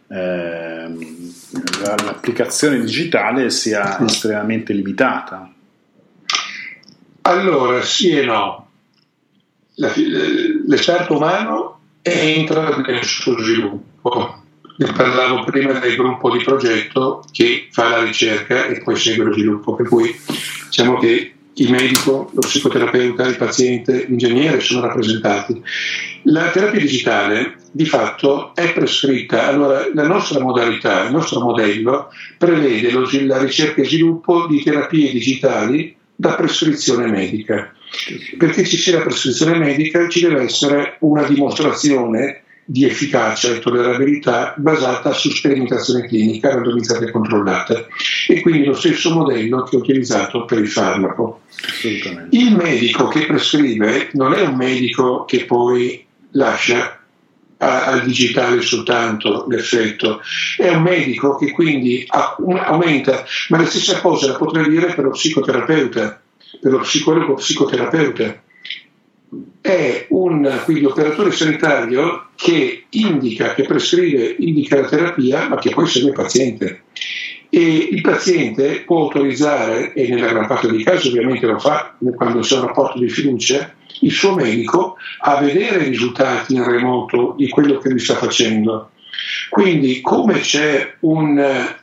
l'applicazione digitale sia estremamente limitata. Allora, sì e no. L'esperto umano entra nel suo sviluppo. Ne parlavo prima del gruppo di progetto che fa la ricerca e poi segue lo sviluppo, per cui diciamo che il medico, lo psicoterapeuta, il paziente, l'ingegnere sono rappresentati. La terapia digitale di fatto è prescritta. Allora, la nostra modalità, il nostro modello prevede la ricerca e sviluppo di terapie digitali da prescrizione medica. Perché ci sia la prescrizione medica ci deve essere una dimostrazione di efficacia e tollerabilità basata su sperimentazione clinica randomizzata e controllata, e quindi lo stesso modello che ho utilizzato per il farmaco. Il medico che prescrive non è un medico che poi lascia al digitale soltanto l'effetto, è un medico che quindi aumenta, ma la stessa cosa la potrei dire per lo psicoterapeuta, per lo psicologo psicoterapeuta. È quindi operatore sanitario che prescrive, indica la terapia, ma che poi segue il paziente. E il paziente può autorizzare, e nella gran parte dei casi ovviamente lo fa quando c'è un rapporto di fiducia, il suo medico a vedere i risultati in remoto di quello che lui sta facendo. Quindi come c'è un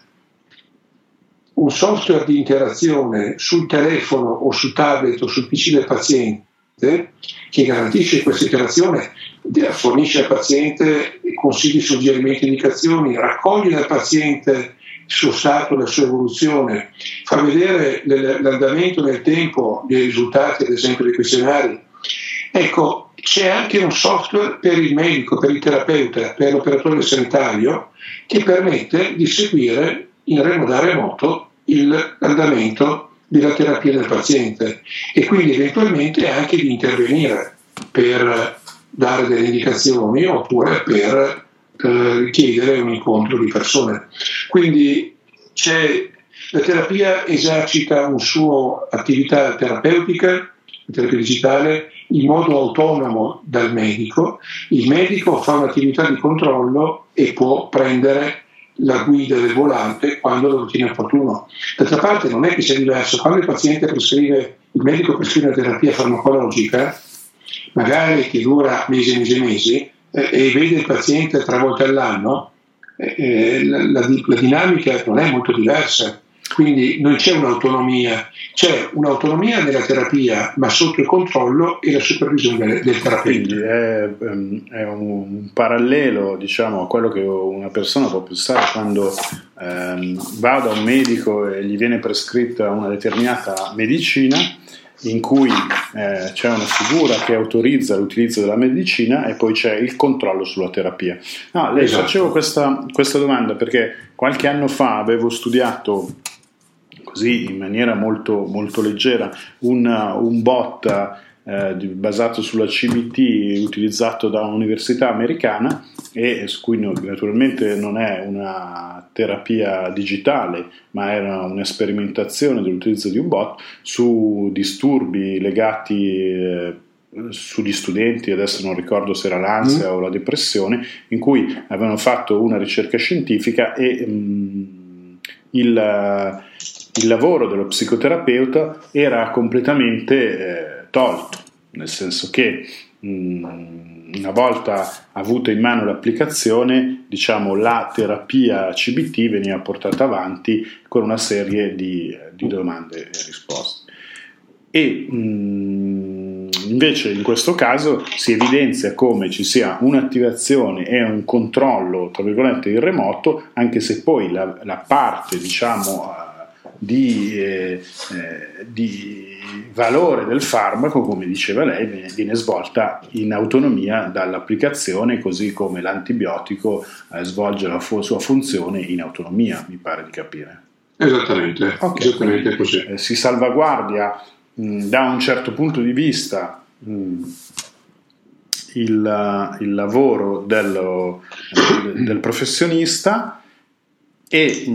software di interazione sul telefono o sul tablet o sul PC del paziente che garantisce questa interazione, fornisce al paziente consigli, suggerimenti, indicazioni, raccoglie dal paziente il suo stato, la sua evoluzione, fa vedere l'andamento nel tempo dei risultati, ad esempio, dei questionari. Ecco, c'è anche un software per il medico, per il terapeuta, per l'operatore sanitario, che permette di seguire da remoto l'andamento della terapia del paziente e quindi eventualmente anche di intervenire per dare delle indicazioni oppure per richiedere un incontro di persone. Quindi la terapia esercita una sua attività terapeutica, la terapia digitale, in modo autonomo dal medico. Il medico fa un'attività di controllo e può prendere la guida del volante quando lo ritiene opportuno. D'altra parte non è che sia diverso. Quando il medico prescrive una terapia farmacologica, magari che dura mesi, e vede il paziente 3 volte all'anno, la dinamica non è molto diversa. Quindi non c'è un'autonomia, c'è un'autonomia nella terapia, ma sotto il controllo e la supervisione del terapeuta. Quindi è un parallelo, diciamo, a quello che una persona può pensare quando va da un medico e gli viene prescritta una determinata medicina, in cui c'è una figura che autorizza l'utilizzo della medicina e poi c'è il controllo sulla terapia. No, le facevo questa domanda perché qualche anno fa avevo studiato così in maniera molto, molto leggera un bot basato sulla CBT utilizzato da un'università americana e su cui naturalmente non è una terapia digitale ma era un'esperimentazione dell'utilizzo di un bot su disturbi legati sugli studenti, adesso non ricordo se era l'ansia o la depressione, in cui avevano fatto una ricerca scientifica e il lavoro dello psicoterapeuta era completamente tolto, nel senso che una volta avuta in mano l'applicazione, diciamo, la terapia CBT veniva portata avanti con una serie di domande e risposte. E invece in questo caso si evidenzia come ci sia un'attivazione e un controllo, tra virgolette, in remoto, anche se poi la parte, diciamo, di valore del farmaco, come diceva lei, viene svolta in autonomia dall'applicazione, così come l'antibiotico svolge la sua funzione in autonomia, mi pare di capire. Esattamente, okay. Esattamente così. Si salvaguardia da un certo punto di vista il lavoro del professionista e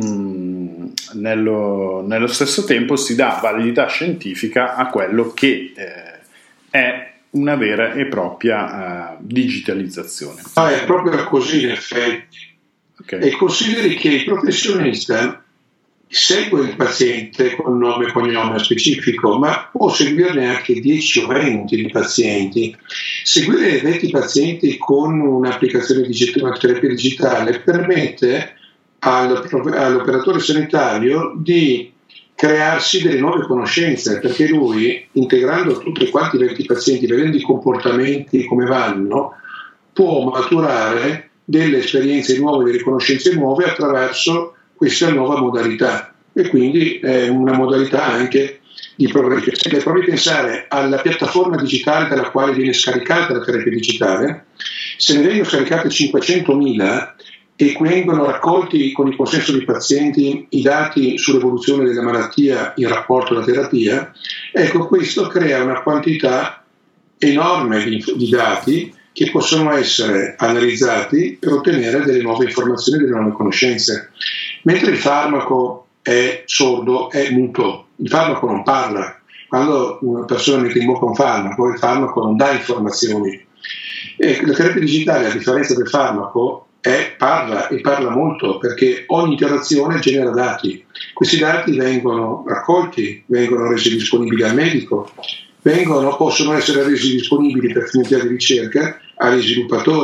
nello stesso tempo si dà validità scientifica a quello che è una vera e propria digitalizzazione. È proprio così in effetti. Okay. E consideri che il professionista segue il paziente con nome e cognome specifico, ma può seguirne anche 10 o 20 di pazienti. Seguire 20 pazienti con un'applicazione digitale, una terapia digitale, permette all'operatore sanitario di crearsi delle nuove conoscenze, perché lui, integrando tutti quanti i 20 pazienti, vedendo i comportamenti come vanno, può maturare delle esperienze nuove, delle conoscenze nuove attraverso questa nuova modalità, e quindi è una modalità anche di progresso. Se provi a pensare alla piattaforma digitale dalla quale viene scaricata la terapia digitale, se ne vengono scaricate 500.000 e vengono raccolti con il consenso dei pazienti i dati sull'evoluzione della malattia in rapporto alla terapia, ecco, questo crea una quantità enorme di dati che possono essere analizzati per ottenere delle nuove informazioni, delle nuove conoscenze. Mentre il farmaco è sordo, è muto, il farmaco non parla. Quando una persona mette in bocca un farmaco, il farmaco non dà informazioni. E la terapia digitale, a differenza del farmaco, parla molto, perché ogni interazione genera dati. Questi dati vengono raccolti, vengono resi disponibili al medico, possono essere resi disponibili per finalità di ricerca agli sviluppatori.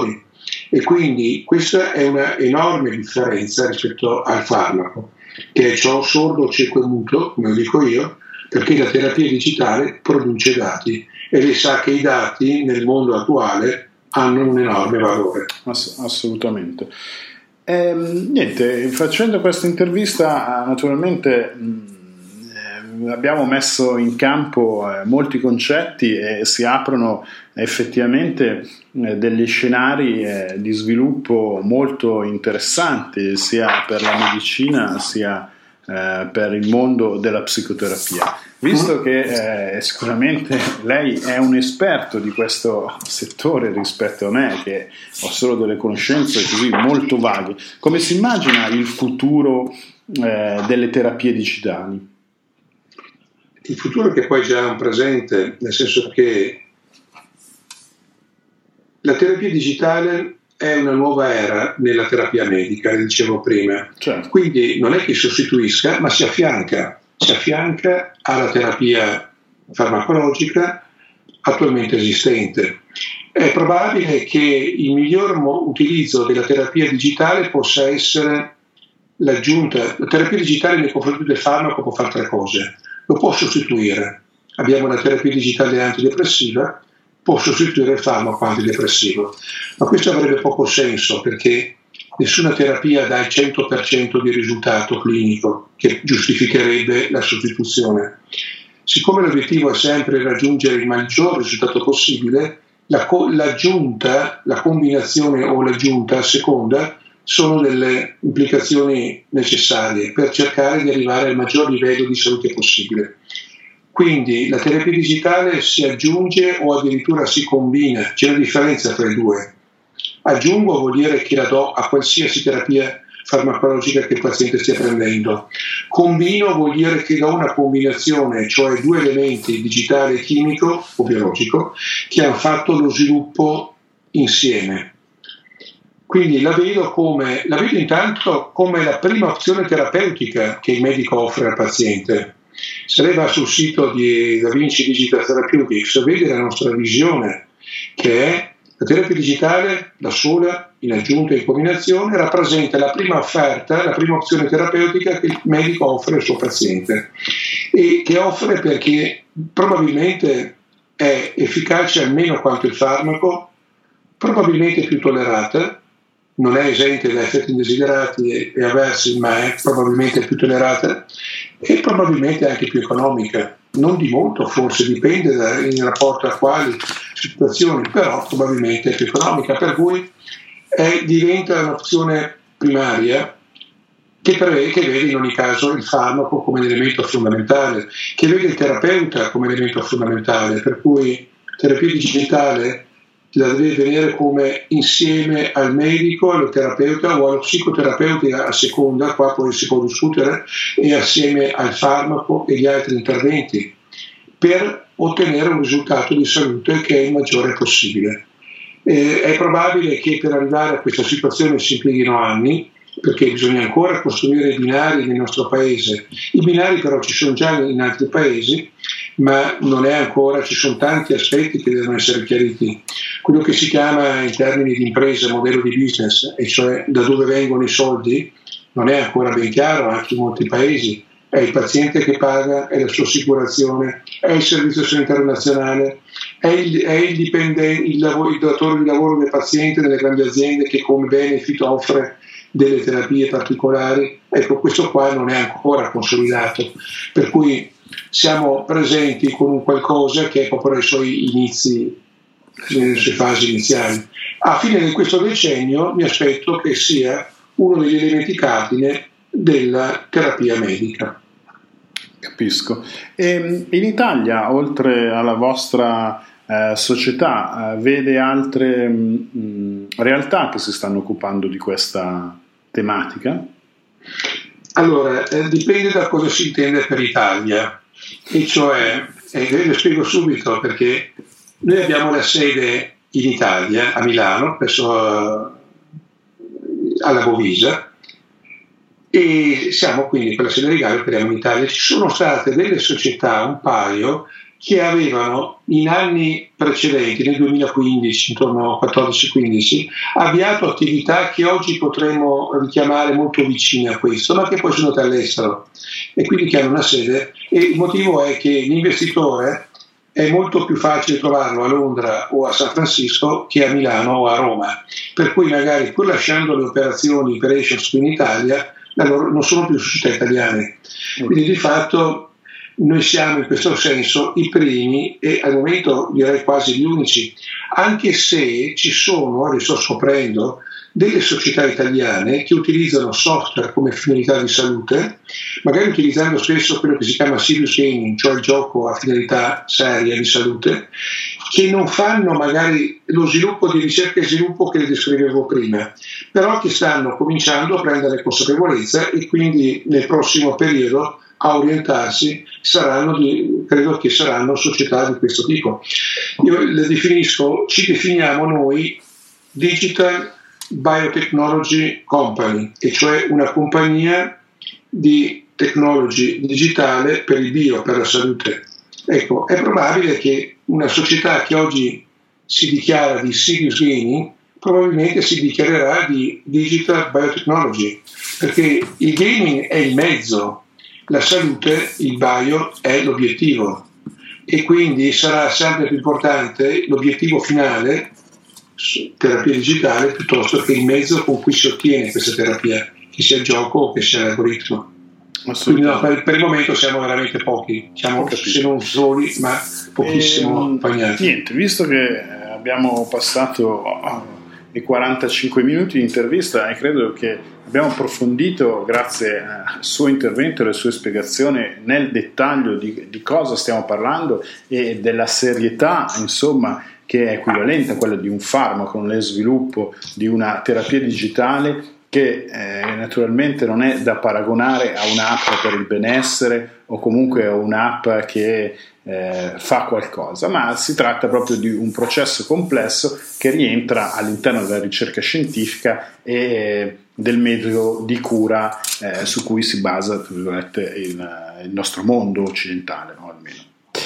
e quindi questa è una enorme differenza rispetto al farmaco, che è ciò sordo, cieco e muto, come lo dico io, perché la terapia digitale produce dati e lei sa che i dati nel mondo attuale hanno un enorme valore. Assolutamente. Niente, facendo questa intervista naturalmente abbiamo messo in campo molti concetti e si aprono effettivamente degli scenari di sviluppo molto interessanti sia per la medicina sia per il mondo della psicoterapia. Visto che sicuramente lei è un esperto di questo settore rispetto a me, che ho solo delle conoscenze così molto vaghe, come si immagina il futuro delle terapie digitali? Il futuro che poi già è un presente, nel senso che la terapia digitale è una nuova era nella terapia medica, dicevo prima. Certo. Quindi non è che sostituisca, ma si affianca alla terapia farmacologica attualmente esistente. È probabile che il miglior utilizzo della terapia digitale possa essere l'aggiunta. La terapia digitale nei confronti del farmaco può fare tre cose. Lo può sostituire. Abbiamo una terapia digitale antidepressiva, può sostituire il farmaco antidepressivo. Ma questo avrebbe poco senso, perché nessuna terapia dà il 100% di risultato clinico che giustificherebbe la sostituzione. Siccome l'obiettivo è sempre raggiungere il maggior risultato possibile, l'aggiunta, la combinazione o l'aggiunta a seconda sono delle implicazioni necessarie per cercare di arrivare al maggior livello di salute possibile. Quindi la terapia digitale si aggiunge o addirittura si combina, c'è una differenza tra i due. Aggiungo vuol dire che la do a qualsiasi terapia farmacologica che il paziente stia prendendo. Combino vuol dire che do una combinazione, cioè due elementi, digitale e chimico o biologico, che hanno fatto lo sviluppo insieme. Quindi la vedo intanto come la prima opzione terapeutica che il medico offre al paziente. Se lei va sul sito di Da Vinci Digital Therapeutics, vede la nostra visione, che è la terapia digitale da sola, in aggiunta e in combinazione, rappresenta la prima offerta, la prima opzione terapeutica che il medico offre al suo paziente, e che offre perché probabilmente è efficace almeno quanto il farmaco, probabilmente più tollerata, non è esente da effetti indesiderati e avversi, ma è probabilmente più tollerata e probabilmente anche più economica. Non di molto, forse dipende in rapporto a quali situazioni, però probabilmente è più economica, per cui diventa un'opzione primaria che vede in ogni caso il farmaco come elemento fondamentale, che vede il terapeuta come elemento fondamentale, per cui terapia digitale la deve vedere come insieme al medico, allo terapeuta o allo psicoterapeuta a seconda, qua poi si può discutere, e assieme al farmaco e gli altri interventi per ottenere un risultato di salute che è il maggiore possibile. È probabile che per arrivare a questa situazione si impieghino anni, perché bisogna ancora costruire i binari nel nostro paese. I binari però ci sono già in altri paesi, ma non è ancora, ci sono tanti aspetti che devono essere chiariti. Quello che si chiama in termini di impresa modello di business, e cioè da dove vengono i soldi, non è ancora ben chiaro anche in molti paesi. È il paziente che paga, è la sua assicurazione, è il servizio sanitario nazionale, è il dipendente, il datore di lavoro del paziente nelle grandi aziende che come benefit offre delle terapie particolari. Ecco, questo qua non è ancora consolidato, per cui siamo presenti con un qualcosa che è proprio ai suoi inizi, nelle sue fasi iniziali. A fine di questo decennio mi aspetto che sia uno degli elementi cardine della terapia medica. Capisco. E in Italia, oltre alla vostra società, vede altre realtà che si stanno occupando di questa tematica? Allora, dipende da cosa si intende per Italia, e cioè, lo spiego subito, perché noi abbiamo la sede in Italia, a Milano, presso alla Bovisa, e siamo quindi per la sede legale, operiamo in Italia. Ci sono state delle società, un paio, che avevano in anni precedenti, nel 2015, intorno al 14-15, avviato attività che oggi potremmo richiamare molto vicine a questo, ma che poi sono andate all'estero e quindi che hanno una sede. E il motivo è che l'investitore è molto più facile trovarlo a Londra o a San Francisco che a Milano o a Roma, per cui magari pur lasciando le operations qui in Italia, non sono più società italiane. Quindi di fatto noi siamo in questo senso i primi e al momento direi quasi gli unici, anche se ci sono, le sto scoprendo, delle società italiane che utilizzano software come finalità di salute, magari utilizzando spesso quello che si chiama serious gaming, cioè il gioco a finalità seria di salute, che non fanno magari lo sviluppo di ricerca e sviluppo che le descrivevo prima, però che stanno cominciando a prendere consapevolezza e quindi nel prossimo periodo a orientarsi credo che saranno società di questo tipo. Io le definisco, ci definiamo noi Digital Biotechnology Company, e cioè una compagnia di technology digitale per il bio, per la salute. Ecco, è probabile che una società che oggi si dichiara di serious gaming probabilmente si dichiarerà di digital biotechnology, perché il gaming è il mezzo, la salute, il bio, è l'obiettivo, e quindi sarà sempre più importante l'obiettivo finale, terapia digitale, piuttosto che il mezzo con cui si ottiene questa terapia, che sia il gioco o che sia l'algoritmo. Quindi no, per il momento siamo veramente pochi, siamo se non soli, ma pochissimo accompagnati. Niente, visto che abbiamo passato i 45 minuti di intervista e credo che abbiamo approfondito, grazie al suo intervento e alle sue spiegazioni, nel dettaglio di cosa stiamo parlando e della serietà, insomma, che è equivalente a quella di un farmaco nel sviluppo di una terapia digitale, che naturalmente non è da paragonare a un'app per il benessere o comunque a un'app che fa qualcosa, ma si tratta proprio di un processo complesso che rientra all'interno della ricerca scientifica e del metodo di cura su cui si basa, tra virgolette, il nostro mondo occidentale, no? Almeno.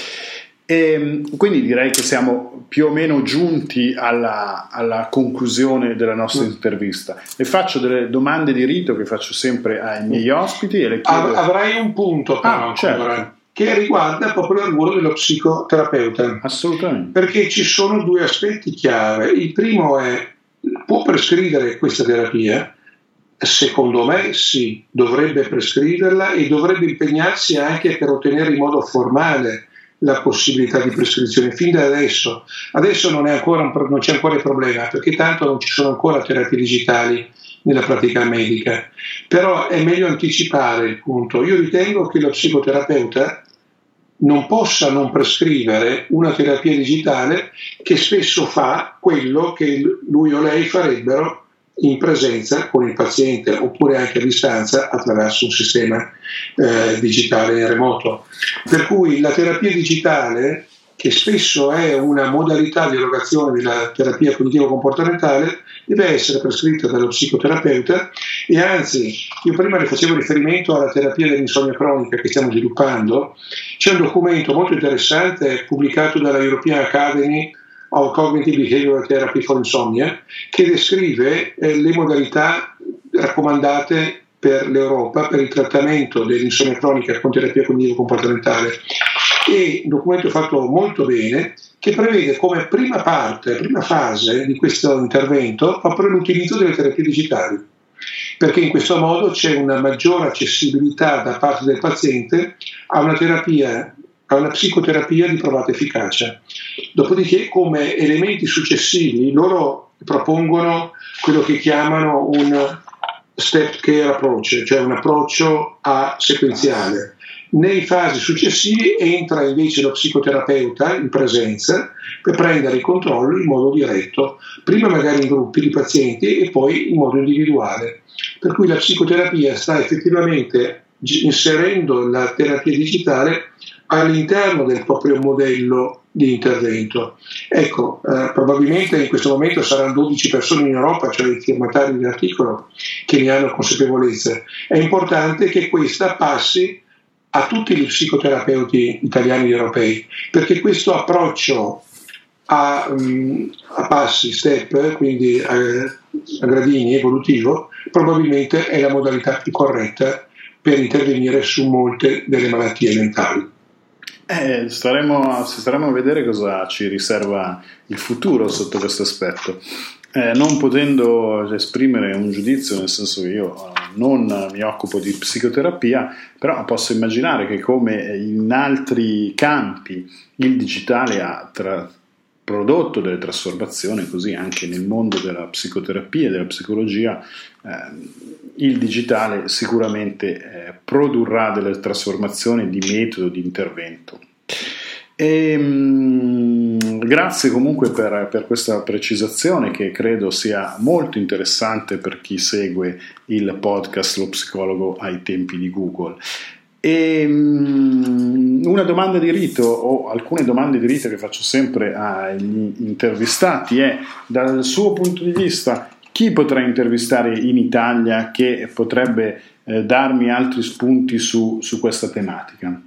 E quindi direi che siamo più o meno giunti alla conclusione della nostra intervista. Le faccio delle domande di rito che faccio sempre ai miei ospiti e le chiedo... Avrei un punto però, certo, che riguarda proprio il ruolo dello psicoterapeuta. Assolutamente. Perché ci sono due aspetti chiave. Il primo è: può prescrivere questa terapia? Secondo me sì, dovrebbe prescriverla e dovrebbe impegnarsi anche per ottenere in modo formale la possibilità di prescrizione fin da adesso. Adesso non c'è ancora il problema, perché tanto non ci sono ancora terapie digitali nella pratica medica, però è meglio anticipare il punto. Io ritengo che lo psicoterapeuta non possa non prescrivere una terapia digitale che spesso fa quello che lui o lei farebbero in presenza con il paziente, oppure anche a distanza attraverso un sistema digitale remoto. Per cui la terapia digitale, che spesso è una modalità di erogazione della terapia cognitivo-comportamentale, deve essere prescritta dallo psicoterapeuta, e anzi, io prima le facevo riferimento alla terapia dell'insonnia cronica che stiamo sviluppando. C'è un documento molto interessante pubblicato dalla European Academy of Cognitive Behavioral Therapy for Insomnia, che descrive le modalità raccomandate per l'Europa per il trattamento dell'insonnia cronica con terapia cognitivo-comportamentale. E un documento fatto molto bene, che prevede come prima fase di questo intervento proprio l'utilizzo delle terapie digitali, perché in questo modo c'è una maggiore accessibilità da parte del paziente a una psicoterapia di provata efficacia. Dopodiché, come elementi successivi, loro propongono quello che chiamano un step care approach, cioè un approccio a sequenziale. Nei fasi successivi entra invece lo psicoterapeuta in presenza per prendere il controllo in modo diretto, prima magari in gruppi di pazienti e poi in modo individuale. Per cui la psicoterapia sta effettivamente inserendo la terapia digitale all'interno del proprio modello di intervento. Ecco, probabilmente in questo momento saranno 12 persone in Europa, cioè i firmatari dell'articolo, che ne hanno consapevolezza. È importante che questa passi a tutti gli psicoterapeuti italiani e europei, perché questo approccio a passi, step, quindi a gradini evolutivo, probabilmente è la modalità più corretta per intervenire su molte delle malattie mentali. Staremo a vedere cosa ci riserva il futuro sotto questo aspetto. Non potendo esprimere un giudizio, nel senso che io non mi occupo di psicoterapia, però posso immaginare che come in altri campi il digitale ha prodotto delle trasformazioni, così anche nel mondo della psicoterapia e della psicologia il digitale sicuramente produrrà delle trasformazioni di metodo, di intervento. Grazie comunque per questa precisazione, che credo sia molto interessante per chi segue il podcast Lo Psicologo ai tempi di Google. Una domanda di rito, o alcune domande di rito che faccio sempre agli intervistati, è: dal suo punto di vista, chi potrà intervistare in Italia che potrebbe darmi altri spunti su questa tematica?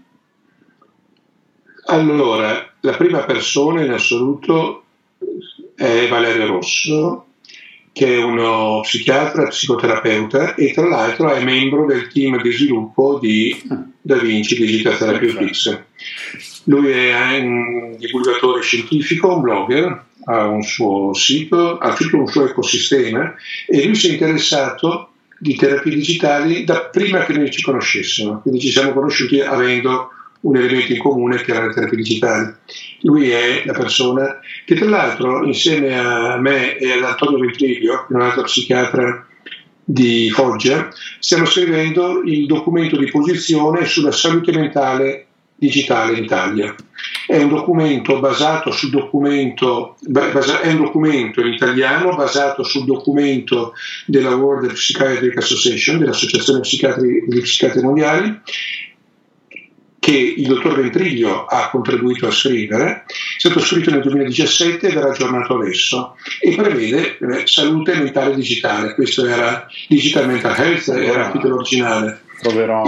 Allora, la prima persona in assoluto è Valerio Rosso, che è uno psichiatra, psicoterapeuta, e tra l'altro è membro del team di sviluppo di Da Vinci Digital Therapeutics. Lui è un divulgatore scientifico, un blogger, ha un suo sito, ha tutto un suo ecosistema, e lui si è interessato di terapie digitali da prima che noi ci conoscessimo, quindi ci siamo conosciuti avendo un elemento in comune che era le terapie digitali. Lui è la persona che, tra l'altro, insieme a me e ad Antonio Ventriglio, un altro psichiatra di Foggia, stiamo scrivendo il documento di posizione sulla salute mentale digitale in Italia. È un documento basato sul documento, è un documento in italiano basato sul documento della World Psychiatric Association, dell'Associazione degli Psichiatri Mondiali, che il dottor Ventriglio ha contribuito a scrivere. È stato scritto nel 2017 ed era aggiornato adesso, e prevede salute mentale digitale. Questo era Digital Mental Health, era il titolo originale. Proverò.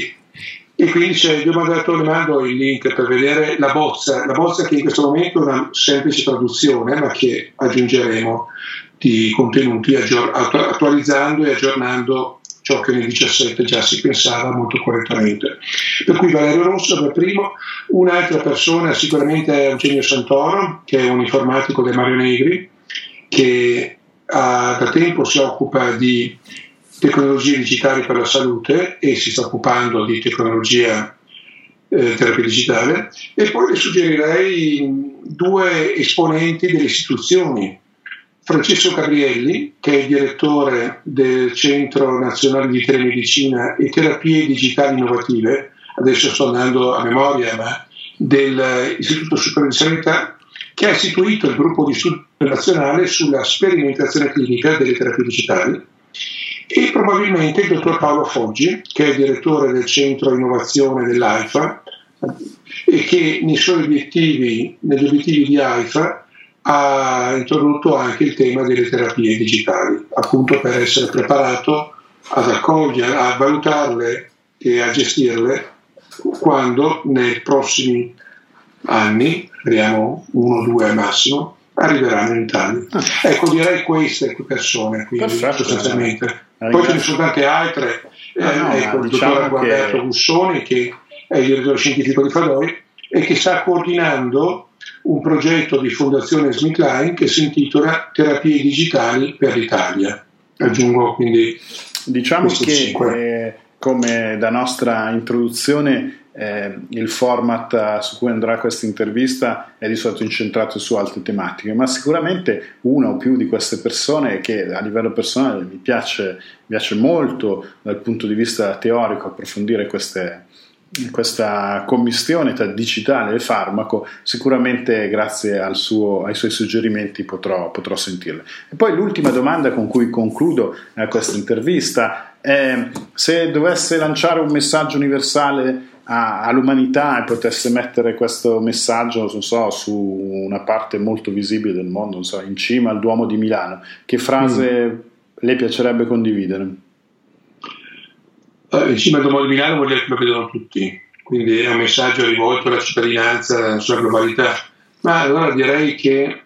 E quindi le mando il link per vedere la bozza che in questo momento è una semplice traduzione, ma che aggiungeremo di contenuti attualizzando e aggiornando ciò che nel 2017 già si pensava molto correttamente. Per cui Valerio Rosso per primo. Un'altra persona sicuramente è Eugenio Santoro, che è un informatico del Mario Negri, che da tempo si occupa di tecnologie digitali per la salute e si sta occupando di tecnologia terapia digitale. E poi le suggerirei due esponenti delle istituzioni: Francesco Gabrielli, che è il direttore del Centro Nazionale di Telemedicina e Terapie Digitali Innovative, adesso sto andando a memoria, ma dell'Istituto Superiore di Sanità, che ha istituito il gruppo di studio nazionale sulla sperimentazione clinica delle terapie digitali, e probabilmente il dottor Paolo Foggi, che è il direttore del Centro Innovazione dell'AIFA, e che negli obiettivi di AIFA ha introdotto anche il tema delle terapie digitali, appunto per essere preparato ad accogliere, a valutarle e a gestirle quando nei prossimi anni, speriamo 1 o 2 al massimo, arriveranno in Italia. Ecco, direi queste persone, quindi sostanzialmente. Poi ce ne sono tante altre, ecco, il dottor Gualberto Bussoni, che è il direttore scientifico di Fadoi e che sta coordinando un progetto di Fondazione SmithKline che si intitola Terapie digitali per l'Italia. Aggiungo quindi diciamo che come da nostra introduzione il format su cui andrà questa intervista è di solito incentrato su altre tematiche, ma sicuramente una o più di queste persone, che a livello personale mi piace molto dal punto di vista teorico approfondire questa commistione tra digitale e farmaco, sicuramente grazie ai suoi suggerimenti potrò sentirle. E poi l'ultima domanda con cui concludo questa intervista è: se dovesse lanciare un messaggio universale all'umanità e potesse mettere questo messaggio, non so, su una parte molto visibile del mondo, non so, in cima al Duomo di Milano, che frase le piacerebbe condividere? in cima al Duomo di Milano vuol dire che lo vedono tutti, quindi è un messaggio rivolto alla cittadinanza, alla sua globalità. Ma allora direi che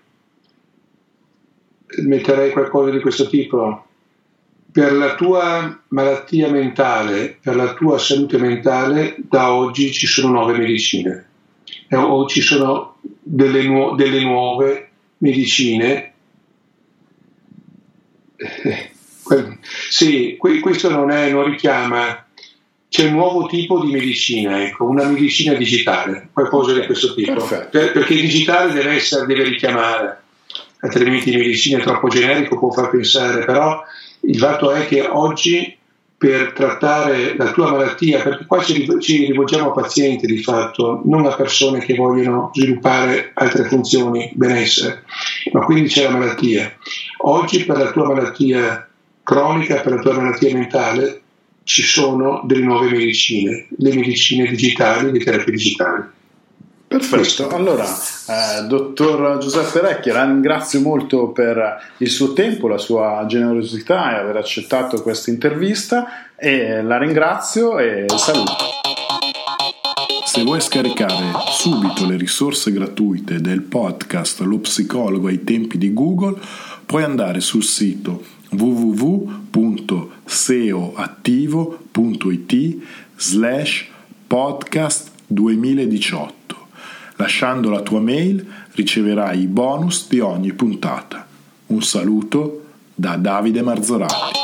metterei qualcosa di questo tipo. Per la tua malattia mentale, per la tua salute mentale, da oggi ci sono 9 medicine, o ci sono delle nuove medicine. Sì, questo non richiama, c'è un nuovo tipo di medicina, ecco, una medicina digitale, qualcosa di questo tipo. Perché il digitale deve richiamare, altrimenti medicina è troppo generico, può far pensare, però il fatto è che oggi per trattare la tua malattia, perché qua ci rivolgiamo a pazienti di fatto, non a persone che vogliono sviluppare altre funzioni, benessere, ma quindi c'è la malattia. Oggi per la tua malattia cronica, per la tua malattia mentale, ci sono delle nuove medicine, le medicine digitali, le terapie digitali. Perfetto, allora dottor Giuseppe Recchia, la ringrazio molto per il suo tempo, la sua generosità e aver accettato questa intervista, e la ringrazio e saluto. Se vuoi scaricare subito le risorse gratuite del podcast Lo Psicologo ai tempi di Google, puoi andare sul sito www.seoattivo.it/podcast 2018. Lasciando la tua mail riceverai i bonus di ogni puntata. Un saluto da Davide Marzorati.